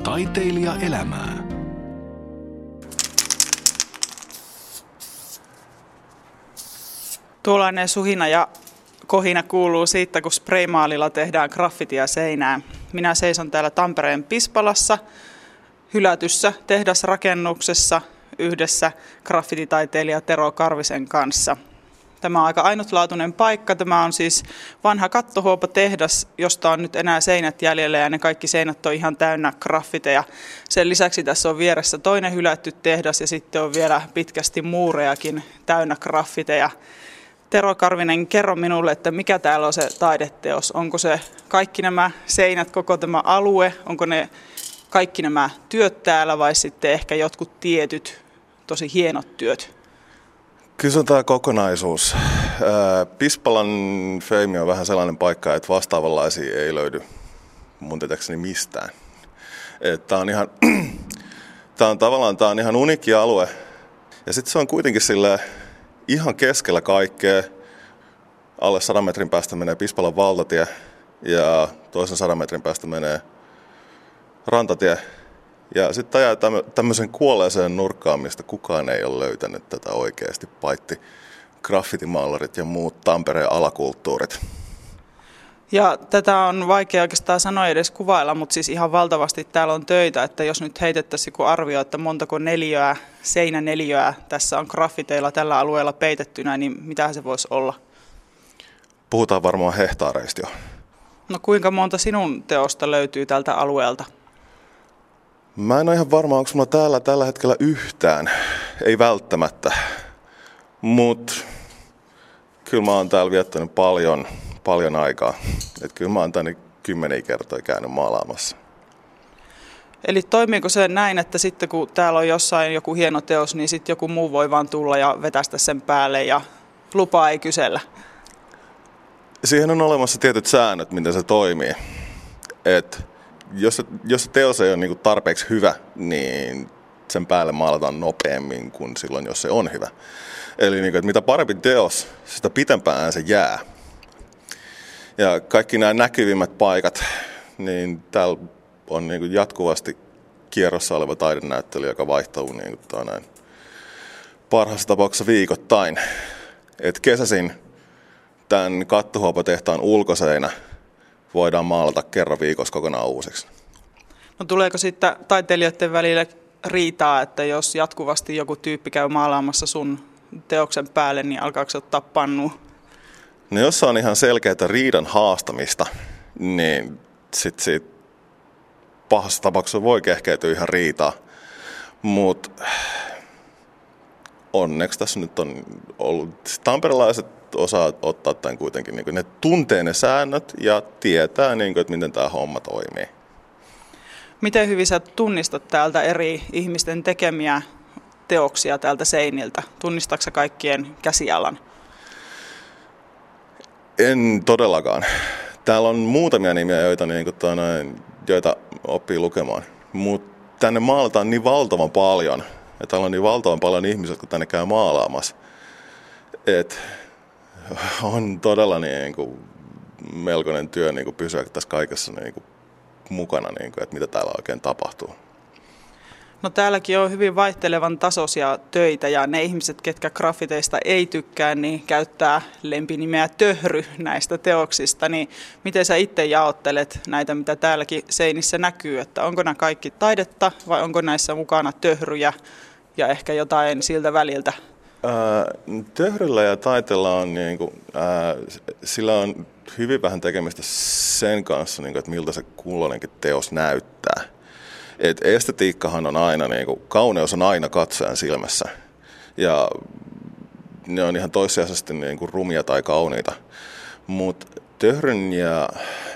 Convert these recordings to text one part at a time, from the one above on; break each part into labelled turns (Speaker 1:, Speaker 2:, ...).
Speaker 1: Taiteilijaelämää.
Speaker 2: Tuollainen suhina ja kohina kuuluu siitä, kun spraymaalilla tehdään graffitia seinään. Minä seison täällä Tampereen Pispalassa, hylätyssä tehdasrakennuksessa yhdessä graffititaiteilija Tero Karvisen kanssa. Tämä on aika ainutlaatuinen paikka. Tämä on siis vanha kattohuopatehdas, josta on nyt enää seinät jäljellä ja ne kaikki seinät on ihan täynnä graffiteja. Sen lisäksi tässä on vieressä toinen hylätty tehdas ja sitten on vielä pitkästi muurejakin täynnä graffiteja. Tero Karvinen, kerro minulle, että mikä täällä on se taideteos? Onko se kaikki nämä seinät, koko tämä alue? Onko ne kaikki nämä työt täällä vai sitten ehkä jotkut tietyt, tosi hienot työt?
Speaker 3: Kyllä se on tämä kokonaisuus. Pispalan feimi on vähän sellainen paikka, että vastaavanlaisia ei löydy mun tietääkseni mistään. Tämä on ihan uniikki alue. Ja sitten se on kuitenkin silleen ihan keskellä kaikkea. Alle 100 metrin päästä menee Pispalan valtatie ja toisen 100 metrin päästä menee rantatie. Ja sitten ajaa tämmöisen kuolleeseen nurkkaan, mistä kukaan ei ole löytänyt tätä oikeasti, paitsi graffitimaalarit ja muut Tampereen alakulttuurit.
Speaker 2: Ja tätä on vaikea oikeastaan sanoa edes kuvailla, mutta siis ihan valtavasti täällä on töitä, että jos nyt heitettäisiin joku arvio, että montako seinäneliöä tässä on graffiteilla tällä alueella peitettynä, niin mitähän se voisi olla?
Speaker 3: Puhutaan varmaan hehtaareista jo.
Speaker 2: No kuinka monta sinun teosta löytyy tältä alueelta?
Speaker 3: Mä en ole ihan varma, onko mulla täällä tällä hetkellä yhtään. Ei välttämättä. Mut kyllä mä oon täällä viettänyt paljon aikaa. Et kyllä mä oon tänne 10 kertaa käynyt maalaamassa.
Speaker 2: Eli toimiiko se näin, että sitten kun täällä on jossain joku hieno teos, niin sitten joku muu voi vaan tulla ja vetästä sen päälle ja lupaa ei kysellä?
Speaker 3: Siihen on olemassa tietyt säännöt, miten se toimii. Jos se teos ei ole niinku tarpeeksi hyvä, niin sen päälle maalataan nopeammin kuin silloin, jos se on hyvä. Eli niinku, että mitä parempi teos, sitä pitempään se jää. Ja kaikki nämä näkyvimmät paikat, niin täällä on niinku jatkuvasti kierrossa oleva taidenäyttely, joka vaihtuu niinku parhaassa tapauksessa viikoittain. Et kesäisin tämän kattohuopatehtaan ulkoseinä voidaan maalata kerran viikossa kokonaan uusiksi.
Speaker 2: No tuleeko sitten taiteilijoiden välillä riitaa, että jos jatkuvasti joku tyyppi käy maalaamassa sun teoksen päälle, niin alkaako se ottaa pannuun?
Speaker 3: No jos on ihan selkeää riidan haastamista, niin sitten siitä pahassa tapauksessa voi kehkeytyä ihan riitaa. Mutta onneksi tässä nyt on ollut tamperelaiset osaa ottaa tämän kuitenkin, niin ne tuntee ne säännöt ja tietää, niin kuin, että miten tämä homma toimii.
Speaker 2: Miten hyvin sä tunnistat täältä eri ihmisten tekemiä teoksia täältä seiniltä? Tunnistatko sä kaikkien käsialan?
Speaker 3: En todellakaan. Täällä on muutamia nimiä, joita oppii lukemaan, mutta tänne maalataan niin valtavan paljon, ja täällä on niin valtavan paljon ihmisiä, kun tänne käy maalaamassa, että on todella melkoinen työ pysyä tässä kaikessa mukana, että mitä täällä oikein tapahtuu.
Speaker 2: No täälläkin on hyvin vaihtelevan tasoisia töitä ja ne ihmiset, ketkä graffiteista ei tykkää, niin käyttää lempinimeä töhry näistä teoksista. Niin miten sä itse jaottelet näitä, mitä täälläkin seinissä näkyy, että onko nämä kaikki taidetta vai onko näissä mukana töhryjä ja ehkä jotain siltä väliltä?
Speaker 3: Töhryllä ja taiteella on, sillä on hyvin vähän tekemistä sen kanssa, että miltä se kulloinenkin teos näyttää. Et estetiikkahan on aina, kauneus on aina katsojan silmässä ja ne on ihan toissijaisesti rumia tai kauniita. Mutta töhryn ja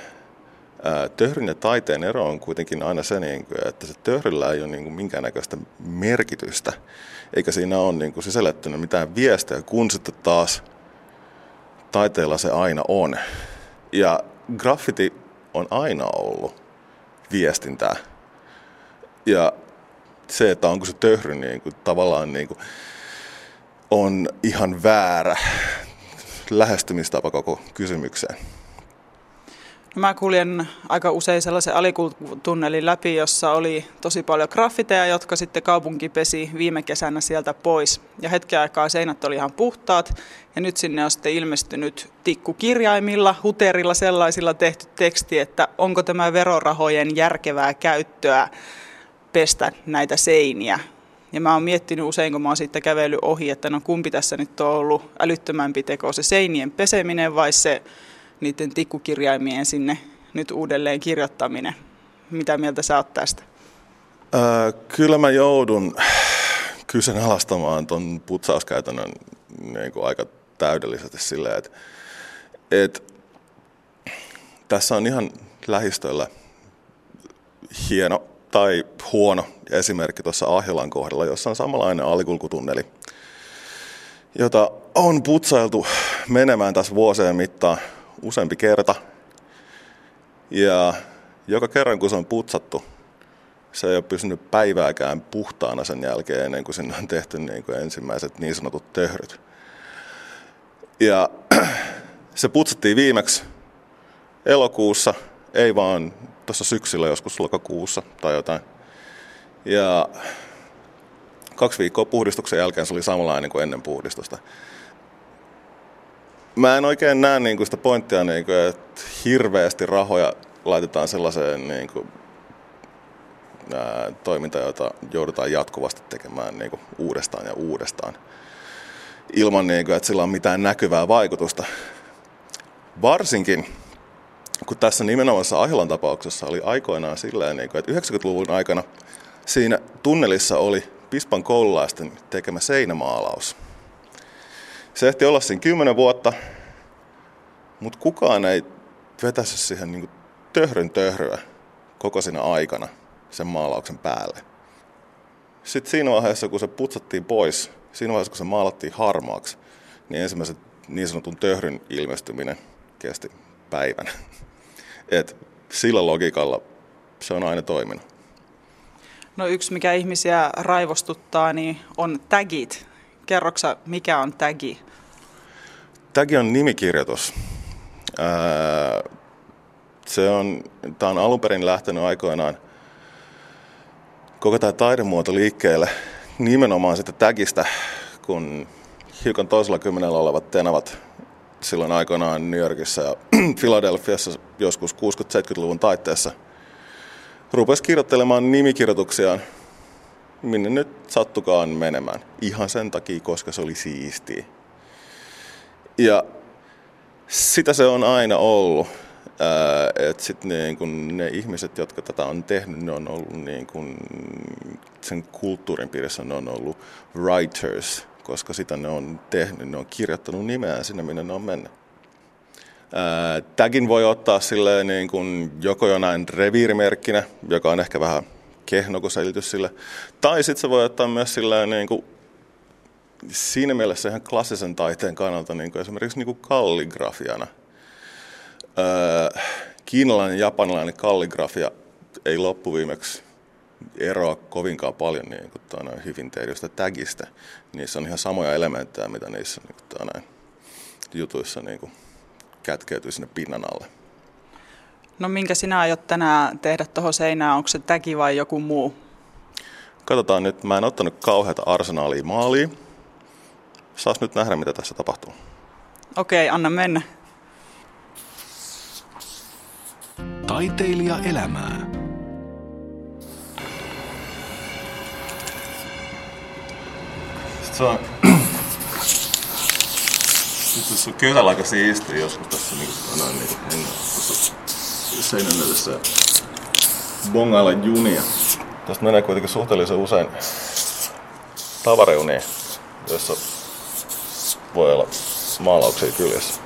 Speaker 3: taiteen ero on kuitenkin aina se, että se töhryllä ei ole minkäännäköistä merkitystä, eikä siinä ole sisällyttänyt mitään viestejä, kun sitten taas taiteella se aina on. Ja graffiti on aina ollut viestintää. Ja se, että onko se töhry tavallaan on ihan väärä lähestymistapa koko kysymykseen.
Speaker 2: Mä kuljen aika usein sellaisen alikulkutunnelin läpi, jossa oli tosi paljon graffiteja, jotka sitten kaupunki pesi viime kesänä sieltä pois. Ja hetken aikaa seinät oli ihan puhtaat ja nyt sinne on sitten ilmestynyt tikkukirjaimilla, huterilla sellaisilla tehty teksti, että onko tämä verorahojen järkevää käyttöä pestä näitä seiniä. Ja mä oon miettinyt usein, kun mä oon siitä kävellyt ohi, että no kumpi tässä nyt on ollut älyttömämpi teko, se seinien peseminen vai se niiden tikkukirjaimien sinne nyt uudelleen kirjoittaminen. Mitä mieltä sä oot tästä?
Speaker 3: Kyllä mä joudun kyseenalaistamaan ton putsauskäytännön niin kuin aika täydellisesti silleen, että tässä on ihan lähistöllä hieno tai huono esimerkki tuossa Ahjolan kohdalla, jossa on samanlainen alikulkutunneli, jota on putsailtu menemään tässä vuosien mittaan useampi kerta. Ja joka kerran kun se on putsattu, se ei ole pysynyt päivääkään puhtaana sen jälkeen ennen kuin sinne on tehty niin kuin ensimmäiset niin sanotut töhryt. Ja se putsattiin viimeksi elokuussa, ei vaan tuossa syksyllä joskus lokakuussa tai jotain. Ja 2 viikkoa puhdistuksen jälkeen se oli samanlainen kuin ennen puhdistusta. Mä en oikein näe niin kuin sitä pointtia, niin kuin, että hirveästi rahoja laitetaan sellaiseen niin kuin, toimintaan, jota joudutaan jatkuvasti tekemään niin kuin, uudestaan ja uudestaan. Ilman, niin kuin, että sillä on mitään näkyvää vaikutusta. Varsinkin, kun tässä nimenomaisessa Ahjolan tapauksessa oli aikoinaan silleen, niin kuin, että 90-luvun aikana siinä tunnelissa oli Pispan koululaisten tekemä seinämaalaus. Se ehti olla siinä 10 vuotta, mutta kukaan ei vetäisi siihen niin kuin töhryä koko siinä aikana sen maalauksen päälle. Sitten siinä vaiheessa, kun se putsattiin pois, siinä vaiheessa, kun se maalattiin harmaaksi, niin ensimmäiset niin sanotun töhryn ilmestyminen kesti päivän. Et sillä logiikalla se on aina toiminut.
Speaker 2: No yksi, mikä ihmisiä raivostuttaa, niin on tagit. Kerroksä, mikä on tagi?
Speaker 3: Tagi on nimikirjoitus. Tämä on alun perin lähtenyt aikoinaan koko tämä taidemuoto liikkeelle nimenomaan sitä tagistä, kun hiukan toisella kymmenellä olevat tenavat silloin aikoinaan New Yorkissa ja Philadelphiassa joskus 60-70-luvun taitteessa rupesi kirjoittelemaan nimikirjoituksiaan, minne nyt sattukaan menemään. Ihan sen takia, koska se oli siistiä. Ja sitä se on aina ollut. Että sitten niin ne ihmiset, jotka tätä on tehnyt, ne on ollut niin kun sen kulttuurin piirissä, ne on ollut writers, koska sitä ne on tehnyt, ne on kirjoittanut nimeään sinne, minne ne on mennyt. Tagin voi ottaa silleen niin kuin joko jonain reviirimerkkinä, joka on ehkä vähän kehno, kun selitys sille. Tai sitten se voi ottaa myös silleen niin kuin siinä mielessä ihan klassisen taiteen kannalta niin kuin esimerkiksi niin kuin kalligrafiana. Kiinalainen ja japanilainen kalligrafia ei loppuviimeksi eroa kovinkaan paljon niin kuin hyvin tehdystä tagista. Niissä on ihan samoja elementtejä, mitä niissä niin jutuissa niin kuin kätkeytyy sinne pinnan alle.
Speaker 2: No minkä sinä aiot tänään tehdä tuohon seinään? Onko se tagi vai joku muu?
Speaker 3: Katsotaan nyt. Mä en ottanut kauheata arsenaalia maaliin. Saas nyt nähdä, mitä tässä tapahtuu.
Speaker 2: Okei, anna mennä.
Speaker 1: Taiteilija elämää.
Speaker 3: Se on kyllä aika siistiä joskus tässä seinän edessä bongailla junia. Tästä menee kuitenkin suhteellisen usein tavareuniin, jossa voi olla maalauksia kyljessä.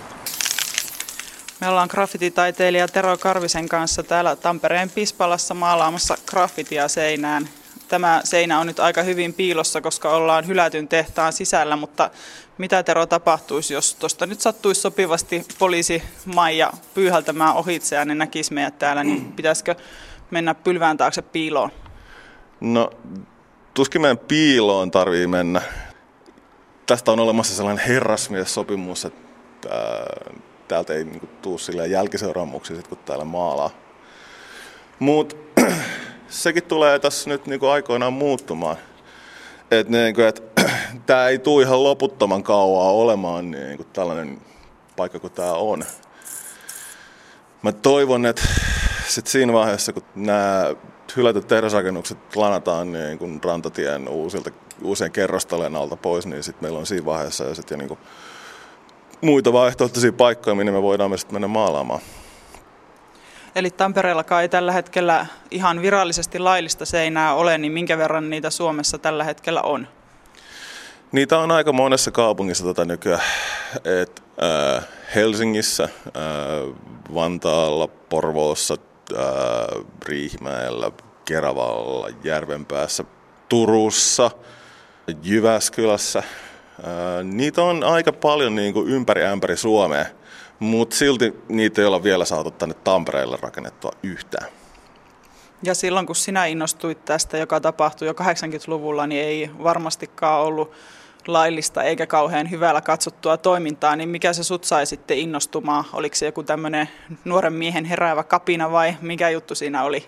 Speaker 2: Me ollaan graffititaiteilija Tero Karvisen kanssa täällä Tampereen Pispalassa maalaamassa graffitia seinään. Tämä seinä on nyt aika hyvin piilossa, koska ollaan hylätyn tehtaan sisällä, mutta mitä Tero tapahtuisi, jos tuosta nyt sattuisi sopivasti poliisi Maija pyyhältämään ohitse ja ne näkisi meidät täällä, niin pitäisikö mennä pylvään taakse piiloon?
Speaker 3: No, tuskin meidän piiloon tarvii mennä. Tästä on olemassa sellainen herrasmies-sopimus, että täältä ei niin kuin tuu silleen jälkiseuraamuksia sit, kun täällä maalaa. Mut sekin tulee tässä nyt niin kuin aikoinaan muuttumaan. Et tää ei tule ihan loputtoman kauaa olemaan niin kuin tällainen paikka kuin tää on. Mä toivon, että sit siinä vaiheessa, kun nämä hylätyt tehdasrakennukset lanataan niin kuin rantatien uusien kerrostalojen alta pois, niin sit meillä on siinä vaiheessa ja sitten niin kuin muita vaihtoehtoisia paikkoja, minne me voidaan sitten mennä maalaamaan.
Speaker 2: Eli Tampereellakaan ei tällä hetkellä ihan virallisesti laillista seinää ole, niin minkä verran niitä Suomessa tällä hetkellä on?
Speaker 3: Niitä on aika monessa kaupungissa nykyään. Helsingissä, Vantaalla, Porvoossa, Riihimäellä, Keravalla, Järvenpäässä, Turussa, Jyväskylässä. Niitä on aika paljon niin kuin ympäri ämpäri Suomea, mutta silti niitä ei olla vielä saatu tänne Tampereelle rakennettua yhtään.
Speaker 2: Ja silloin kun sinä innostuit tästä, joka tapahtui jo 80-luvulla, niin ei varmastikaan ollut laillista eikä kauhean hyvällä katsottua toimintaa, niin mikä se sut sai sitten innostumaan? Oliko se joku tämmöinen nuoren miehen heräävä kapina vai mikä juttu siinä oli?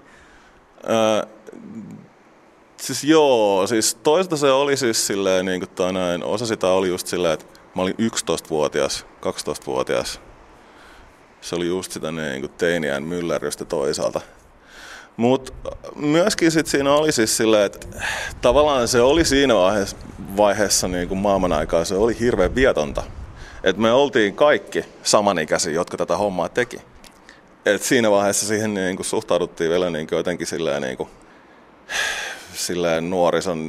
Speaker 3: Siis toista se oli siis silleen, niin kuin osa sitä oli just silleen, että mä olin 11-vuotias, 12-vuotias. Se oli just sitä niin kuin teiniään myllerrystä toisaalta. Mutta myöskin sit siinä oli siis silleen, että tavallaan se oli siinä vaiheessa niin kuin maailman aikaa, se oli hirveän vietonta. Että me oltiin kaikki samanikäisiä, jotka tätä hommaa teki. Et siinä vaiheessa siihen niin kuin suhtauduttiin vielä niin kuin jotenkin silleen nuorison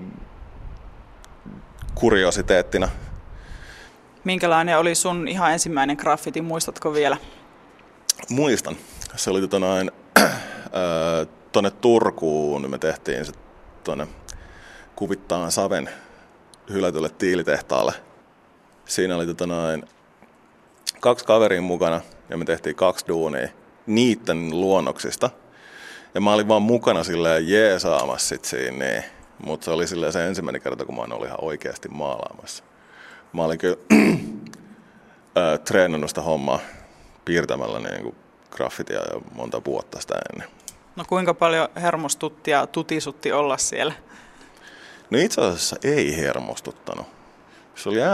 Speaker 3: kuriositeettina.
Speaker 2: Minkälainen oli sun ihan ensimmäinen graffiti, muistatko vielä?
Speaker 3: Muistan. Se oli tuonne Turkuun, me tehtiin se tuonne Kuvittaan Saven hylätylle tiilitehtaalle. Siinä oli 2 kaveria mukana ja me tehtiin 2 duunia niiden luonnoksista. Ja mä olin vaan mukana silleen jeesaamassa sit siinä, niin. Mutta se oli silleen se ensimmäinen kerta, kun mä olin ihan oikeasti maalaamassa. Mä olin kyllä treenannut sitä hommaa piirtämällä niin kuin graffitia jo monta vuotta sitä ennen.
Speaker 2: No kuinka paljon hermostutti ja tutisutti olla siellä?
Speaker 3: No itse asiassa ei hermostuttanut. Se oli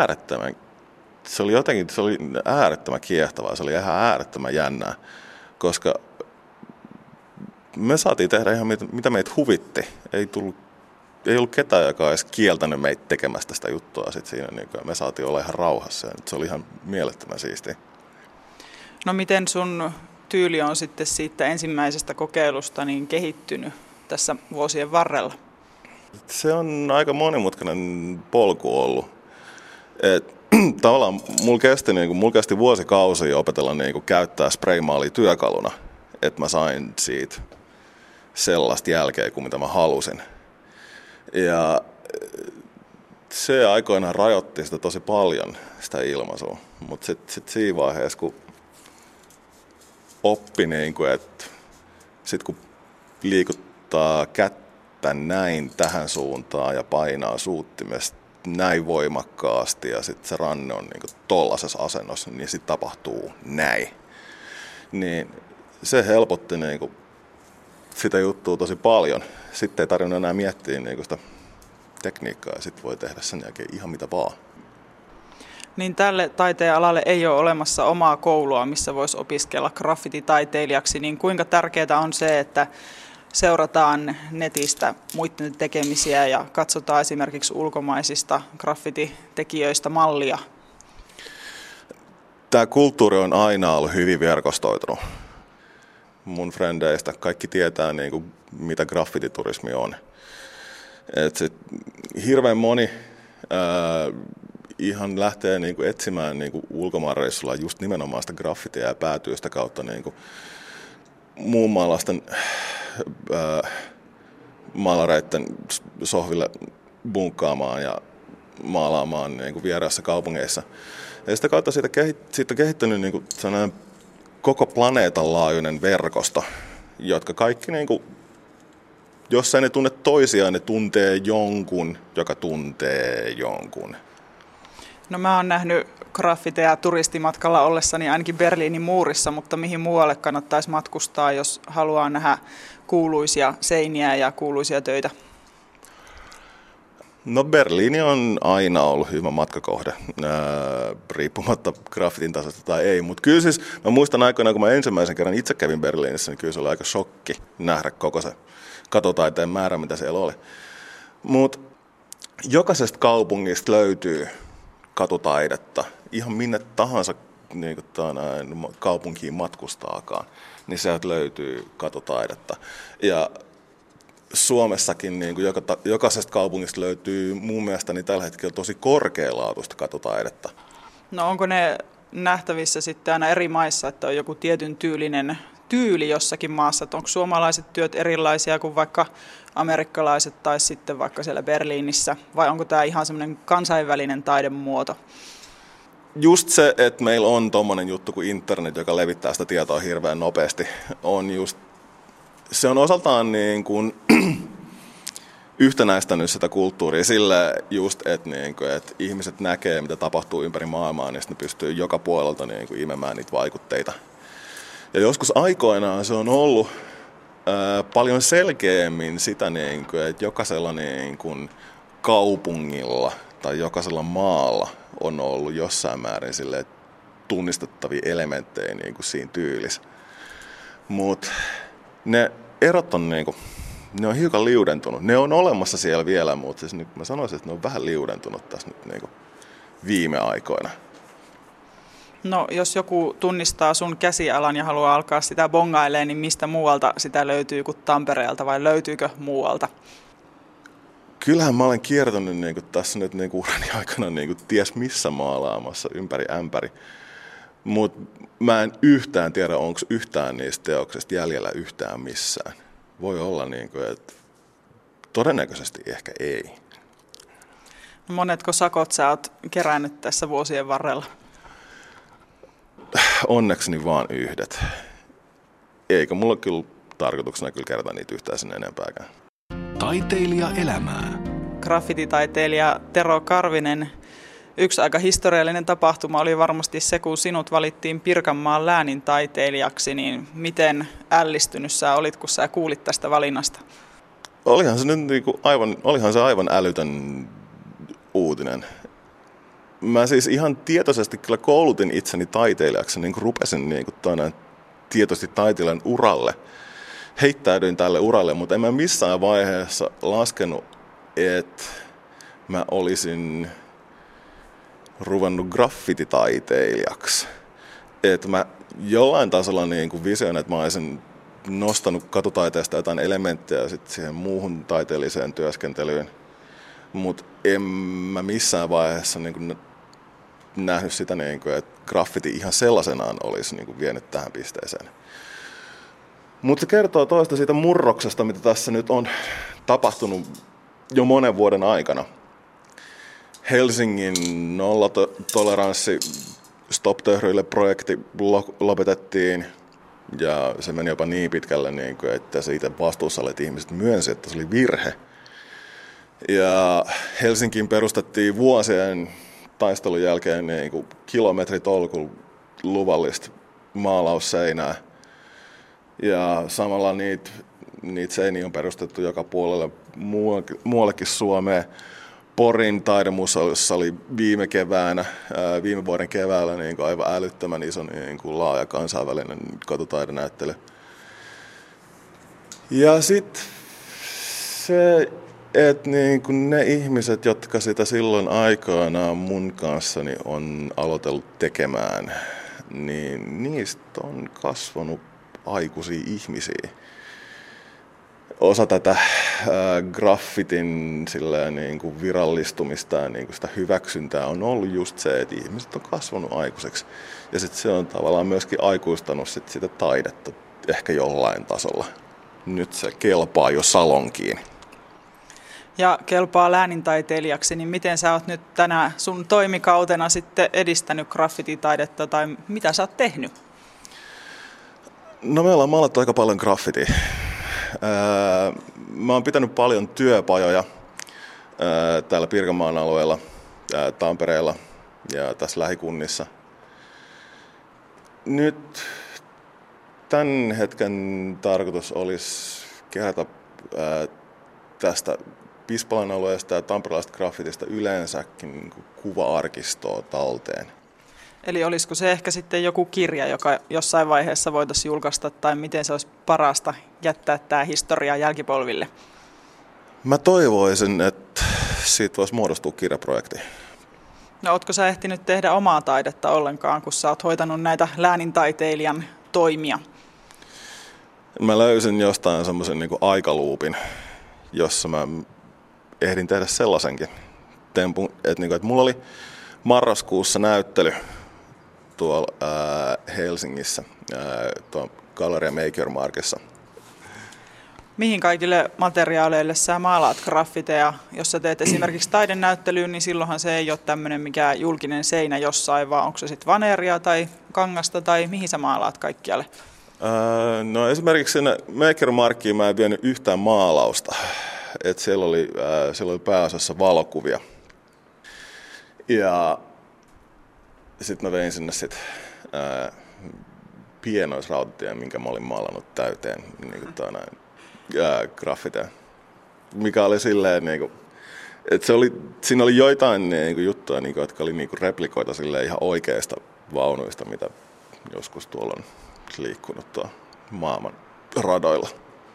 Speaker 3: äärettömän kiehtovaa, se oli ihan äärettömän jännää, koska me saatiin tehdä ihan mitä meitä huvitti. Ei ollut ketään, joka olisi kieltänyt meitä tekemästä sitä juttua sit siinä, niin me saatiin olla ihan rauhassa ja se oli ihan mielettömän siistiä.
Speaker 2: No miten sun tyyli on sitten siitä ensimmäisestä kokeilusta niin kehittynyt tässä vuosien varrella?
Speaker 3: Se on aika monimutkainen polku ollut. Tavallaan mulla kesti vuosikausia opetella käyttää spraymaalia työkaluna, että mä sain siitä sellaista jälkeä kuin mitä mä halusin. Ja se aikoinaan rajoitti sitä tosi paljon, sitä ilmaisua. Mutta sitten siinä vaiheessa, kun oppi, että sitten kun liikuttaa kättä näin tähän suuntaan ja painaa suuttimesta näin voimakkaasti ja sitten se ranne on tollaisessa asennossa, niin sitten tapahtuu näin. Niin se helpotti sitä juttua tosi paljon. Sitten ei tarvinnut enää miettiä sitä tekniikkaa ja sitten voi tehdä sen jälkeen ihan mitä vaan.
Speaker 2: Niin tälle taiteen alalle ei ole olemassa omaa koulua, missä voisi opiskella graffititaiteilijaksi, niin kuinka tärkeää on se, että seurataan netistä muiden tekemisiä ja katsotaan esimerkiksi ulkomaisista graffititekijöistä mallia?
Speaker 3: Tämä kulttuuri on aina ollut hyvin verkostoitunut. Mun frendeistä kaikki tietää, mitä graffititurismi on. Hirveän moni ihan lähtee etsimään ulkomaanreissulla just nimenomaan sitä graffitia ja päätyy sitä kautta muun maalaisten maalareiden sohville bunkkaamaan ja maalaamaan vieraissa kaupungeissa. Ja sitä kautta siitä on kehittynyt koko planeetan laajuinen verkosto, jotka kaikki, jos ei ne tunne toisiaan, ne tuntee jonkun, joka tuntee jonkun.
Speaker 2: No mä oon nähnyt graffiteja turistimatkalla ollessani ainakin Berliinin muurissa, mutta mihin muualle kannattaisi matkustaa, jos haluaa nähdä kuuluisia seiniä ja kuuluisia töitä?
Speaker 3: No Berliini on aina ollut hyvä matkakohde, riippumatta graffitin tasosta tai ei. Mutta kyllä siis, mä muistan aikoinaan, kun mä ensimmäisen kerran itse kävin Berliinissä, niin kyllä se oli aika shokki nähdä koko se katutaiteen määrä, mitä siellä oli. Mutta jokaisesta kaupungista löytyy katutaidetta, ihan minne tahansa niin kaupunkiin matkustaakaan, niin sieltä löytyy katutaidetta. Ja Suomessakin niin kuin jokaisesta kaupungista löytyy mun mielestäni tällä hetkellä tosi korkealaatuista katutaidetta.
Speaker 2: No onko ne nähtävissä sitten aina eri maissa, että on joku tietyn tyylinen tyyli jossakin maassa, että onko suomalaiset työt erilaisia kuin vaikka amerikkalaiset tai sitten vaikka siellä Berliinissä, vai onko tämä ihan semmoinen kansainvälinen taidemuoto?
Speaker 3: Just se, että meillä on tommonen juttu kuin internet, joka levittää sitä tietoa hirveän nopeasti, se on osaltaan niin kuin yhtenäistänyt sitä kulttuuria sillä just, että ihmiset näkee, mitä tapahtuu ympäri maailmaa, niin ne pystyy joka puolelta niin kuin imemään niitä vaikutteita. Ja joskus aikoinaan se on ollut paljon selkeämmin sitä, että jokaisella kaupungilla tai jokaisella maalla on ollut jossain määrin tunnistettavia elementtejä siinä tyylissä. Mutta ne erot on, ne on hiukan liudentunut. Ne on olemassa siellä vielä, mutta siis nyt mä sanoisin, että ne on vähän liudentunut tässä nyt viime aikoina.
Speaker 2: No jos joku tunnistaa sun käsialan ja haluaa alkaa sitä bongailemaan, niin mistä muualta sitä löytyy kuin Tampereelta vai löytyykö muualta?
Speaker 3: Kyllähän mä olen kiertänyt tässä nyt urani aikana ties missä maalaamassa ympäri ämpäri. Mutta mä en yhtään tiedä, onko yhtään niistä teoksista jäljellä yhtään missään. Voi olla, että todennäköisesti ehkä ei.
Speaker 2: No monetko sakot sä oot kerännyt tässä vuosien varrella?
Speaker 3: Onnekseni vaan yhdet. Eikä mulla kyllä tarkoituksena kerätä niitä yhtään sen enempääkään.
Speaker 1: Taiteilija elämää.
Speaker 2: Graffititaiteilija Tero Karvinen. Yksi aika historiallinen tapahtuma oli varmasti se, kun sinut valittiin Pirkanmaan läänintaiteilijaksi, niin miten ällistynyt sä olit, kun sä kuulit tästä valinnasta?
Speaker 3: Olihan se aivan älytön uutinen. Mä siis ihan tietoisesti kyllä koulutin itseni taiteilijaksi, rupesin tietoisesti taiteilijan uralle. Heittäydyin tälle uralle, mutta en mä missään vaiheessa laskenut, että mä olisin ruvennut graffititaiteilijaksi. Että mä jollain tasolla visioin, että mä olisin nostanut katutaiteesta jotain elementtejä sit siihen muuhun taiteelliseen työskentelyyn. Mutta en mä missään vaiheessa nähnyt sitä, että graffiti ihan sellaisenaan olisi vienyt tähän pisteeseen. Mutta se kertoo toista siitä murroksesta, mitä tässä nyt on tapahtunut jo monen vuoden aikana. Helsingin nollatoleranssi stop-töhryille projekti lopetettiin ja se meni jopa niin pitkälle, että siitä vastuussa olleet ihmiset myönsi, että se oli virhe. Ja Helsinkiin perustettiin vuosien taistelun jälkeen kilometritolkulla luvallista maalausseinää. Ja samalla niitä seiniä on perustettu joka puolelle muuallekin Suomeen. Porin taidemuseossa oli viime vuoden keväällä aivan älyttömän iso laaja kansainvälinen katutaidenäyttely. Ja sitten se, että ne ihmiset, jotka sitä silloin aikanaan mun kanssani on aloitellut tekemään, niin niistä on kasvanut aikuisia ihmisiä. Osa tätä graffitin virallistumista ja sitä hyväksyntää on ollut just se, että ihmiset on kasvanut aikuiseksi. Ja sitten se on tavallaan myöskin aikuistanut sitä taidetta ehkä jollain tasolla. Nyt se kelpaa jo salonkiin.
Speaker 2: Ja kelpaa läänintaiteilijaksi, niin miten sä oot nyt tänä sun toimikautena sitten edistänyt graffititaidetta tai mitä sä oot tehnyt?
Speaker 3: No me ollaan maalattu aika paljon graffitia. Mä oon pitänyt paljon työpajoja täällä Pirkanmaan alueella, Tampereella ja tässä lähikunnissa. Nyt tämän hetken tarkoitus olisi kerätä tästä Pispalan alueesta ja tamperelaisesta graffitista yleensäkin niin kuin kuva-arkistoa talteen.
Speaker 2: Eli olisiko se ehkä sitten joku kirja, joka jossain vaiheessa voitaisiin julkaista, tai miten se olisi parasta jättää tämä historia jälkipolville?
Speaker 3: Mä toivoisin, että siitä voisi muodostua kirjaprojekti.
Speaker 2: No ootko sä ehtinyt tehdä omaa taidetta ollenkaan, kun sä oot hoitanut näitä läänintaiteilijan toimia?
Speaker 3: Mä löysin jostain semmoisen niin kuin aikaluupin, jossa mä ehdin tehdä sellaisenkin tempun, että mulla oli marraskuussa näyttely tuolla Helsingissä, tuolla Galleria Maker Markissa.
Speaker 2: Mihin kaikille materiaaleille sä maalaat graffiteja? Jos sä teet esimerkiksi taidenäyttelyyn, niin silloinhan se ei ole tämmöinen mikään julkinen seinä jossain, vaan onko se sitten vaneeria tai kangasta tai mihin sä maalaat kaikkialle?
Speaker 3: No esimerkiksi sinne Maker Markkiin mä en vienyt yhtään maalausta. Et siellä oli pääosassa valokuvia. Ja sitten mä vein sinne pienoisrautatien, minkä mä olin maalannut täyteen niin graffiteja. Mikä oli silleen, niin kuin, että siinä oli joitain niin kuin, juttuja, niin kuin, jotka oli niin kuin replikoita silleen, ihan oikeista vaunuista, mitä joskus tuolla on liikkunut tuolla maailman radoilla.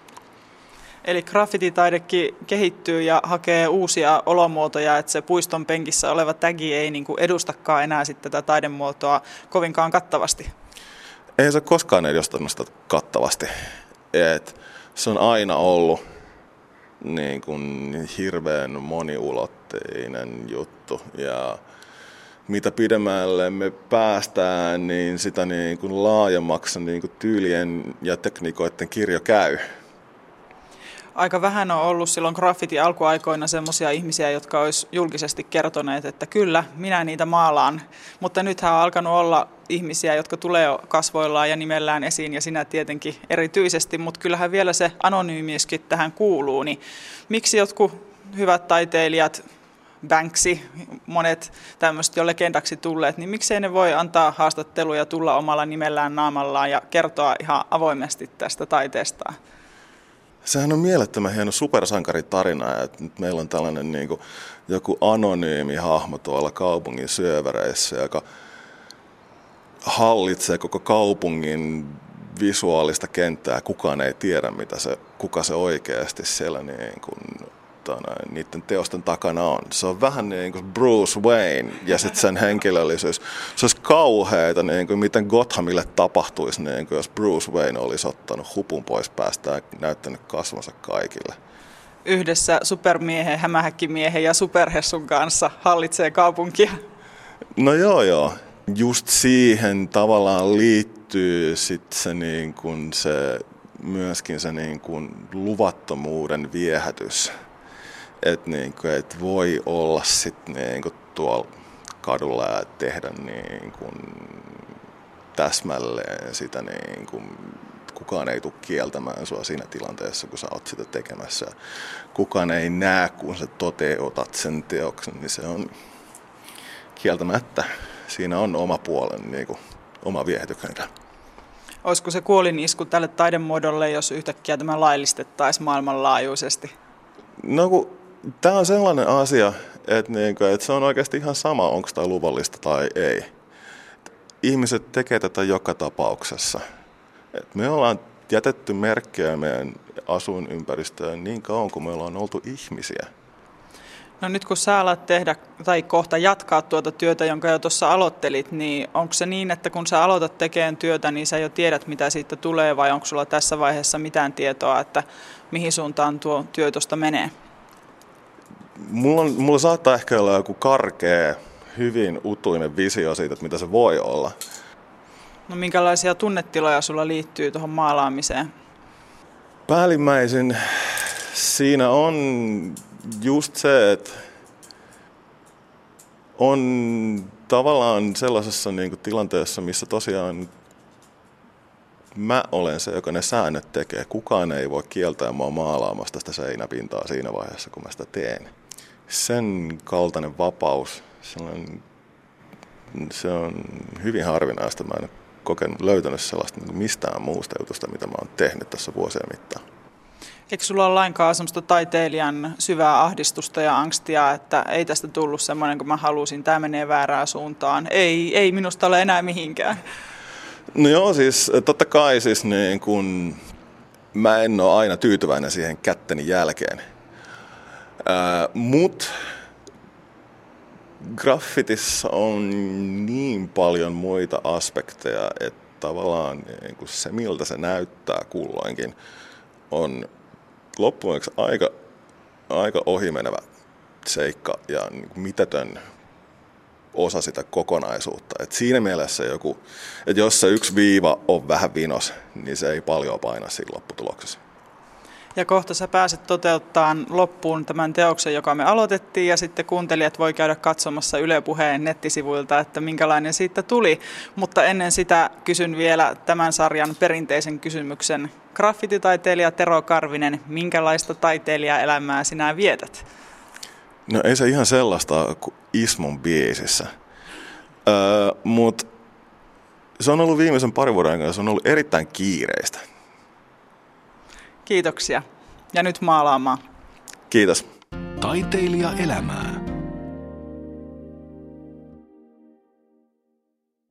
Speaker 2: Eli graffititaidekin kehittyy ja hakee uusia olomuotoja, että se puiston penkissä oleva tagi ei niin kuin edustakaan enää sitten tätä taidemuotoa kovinkaan kattavasti.
Speaker 3: Ei se koskaan edustanut sitä kattavasti. Se on aina ollut niin kuin hirveän moniulotteinen juttu. Ja mitä pidemmälle me päästään, niin sitä niin kuin laajemmaksi niin kuin tyylien ja tekniikoiden kirjo käy.
Speaker 2: Aika vähän on ollut silloin graffiti alkuaikoina semmoisia ihmisiä, jotka olisi julkisesti kertoneet, että kyllä, minä niitä maalaan. Mutta nythän on alkanut olla ihmisiä, jotka tulee kasvoillaan ja nimellään esiin, ja sinä tietenkin erityisesti, mutta kyllähän vielä se anonyymiyskin tähän kuuluu. Niin miksi jotkut hyvät taiteilijat, Banksy, monet tämmöiset jo legendaksi tulleet, niin miksei ne voi antaa haastatteluja, tulla omalla nimellään, naamallaan ja kertoa ihan avoimesti tästä taiteestaan?
Speaker 3: Sehän on mielettömän hieno supersankaritarina, että nyt meillä on tällainen niin kuin joku anonyymi hahmo tuolla kaupungin syövereissä, joka hallitsee koko kaupungin visuaalista kenttää. Kukaan ei tiedä, kuka se oikeasti siellä niin kuin, niiden teosten takana on. Se on vähän niin kuin Bruce Wayne ja sitten sen henkilöllisyys. Se olisi kauheita, niin kuin miten Gothamille tapahtuisi, niin kuin jos Bruce Wayne olisi ottanut hupun pois päästä ja näyttänyt kasvonsa kaikille.
Speaker 2: Yhdessä supermiehen, hämähäkkimiehen ja superhessun kanssa hallitsee kaupunkia.
Speaker 3: No joo. Just siihen tavallaan liittyy sitten se, niin kuin myöskin se niin kuin luvattomuuden viehätys. Että niinku, et voi olla sitten niinku tuolla kadulla ja tehdä niinku täsmälleen sitä, niinku, kukaan ei tule kieltämään sua siinä tilanteessa, kun sä oot sitä tekemässä. Kukaan ei näe, kun sä toteutat sen teoksen, niin se on kieltämättä. Siinä on oma puolen, niinku, oma viehätyksensä.
Speaker 2: Olisiko se kuolinisku tälle taidemuodolle, jos yhtäkkiä tämä laillistettaisiin maailmanlaajuisesti?
Speaker 3: No tämä on sellainen asia, että se on oikeasti ihan sama, onko tämä luvallista tai ei. Ihmiset tekee tätä joka tapauksessa. Me ollaan jätetty merkkejä meidän asuinympäristöön niin kauan, kuin me ollaan oltu ihmisiä.
Speaker 2: No nyt kun sä alat tehdä tai kohta jatkaa tuota työtä, jonka jo tuossa aloittelit, niin onko se niin, että kun sä aloitat tekemään työtä, niin sä jo tiedät, mitä siitä tulee, vai onko sulla tässä vaiheessa mitään tietoa, että mihin suuntaan tuo työ tuosta menee?
Speaker 3: Mulla saattaa ehkä olla joku karkea, hyvin utuinen visio siitä, että mitä se voi olla.
Speaker 2: No minkälaisia tunnetiloja sulla liittyy tuohon maalaamiseen?
Speaker 3: Päällimmäisin siinä on just se, että on tavallaan sellaisessa niin kuin tilanteessa, missä tosiaan mä olen se, joka ne säännöt tekee. Kukaan ei voi kieltää mua maalaamasta sitä seinäpintaa siinä vaiheessa, kun mä sitä teen. Sen kaltainen vapaus, sellainen se on hyvin harvinaista. Mä en ole löytänyt sellaista niin mistään muusta jutusta, mitä mä oon tehnyt tässä vuosien mittaan.
Speaker 2: Eikö sulla ole lainkaan semmoista taiteilijan syvää ahdistusta ja angstia, että ei tästä tullut semmoinen kuin mä halusin, tämä menee väärään suuntaan, ei minusta ole enää mihinkään?
Speaker 3: No joo, siis totta kai siis niin kun mä en ole aina tyytyväinen siihen kätteni jälkeen. Mut graffitissa on niin paljon muita aspekteja, että tavallaan niin kun se miltä se näyttää kulloinkin on loppujen aika ohimenevä seikka ja niin kuin mitätön osa sitä kokonaisuutta. Et siinä mielessä että jos se yksi viiva on vähän vinos, niin se ei paljon paina siinä lopputuloksessa.
Speaker 2: Ja kohta sä pääset toteuttamaan loppuun tämän teoksen, joka me aloitettiin, ja sitten kuuntelijat voi käydä katsomassa Yle Puheen nettisivuilta, että minkälainen siitä tuli. Mutta ennen sitä kysyn vielä tämän sarjan perinteisen kysymyksen. Graffititaiteilija Tero Karvinen, minkälaista taiteilijaelämää sinä vietät?
Speaker 3: No ei se ihan sellaista kuin Ismon biisissä, mutta se on ollut viimeisen parin vuoden aikana, se on ollut erittäin kiireistä.
Speaker 2: Kiitoksia. Ja nyt maalaamaan.
Speaker 3: Kiitos.
Speaker 1: Taiteilijaelämää.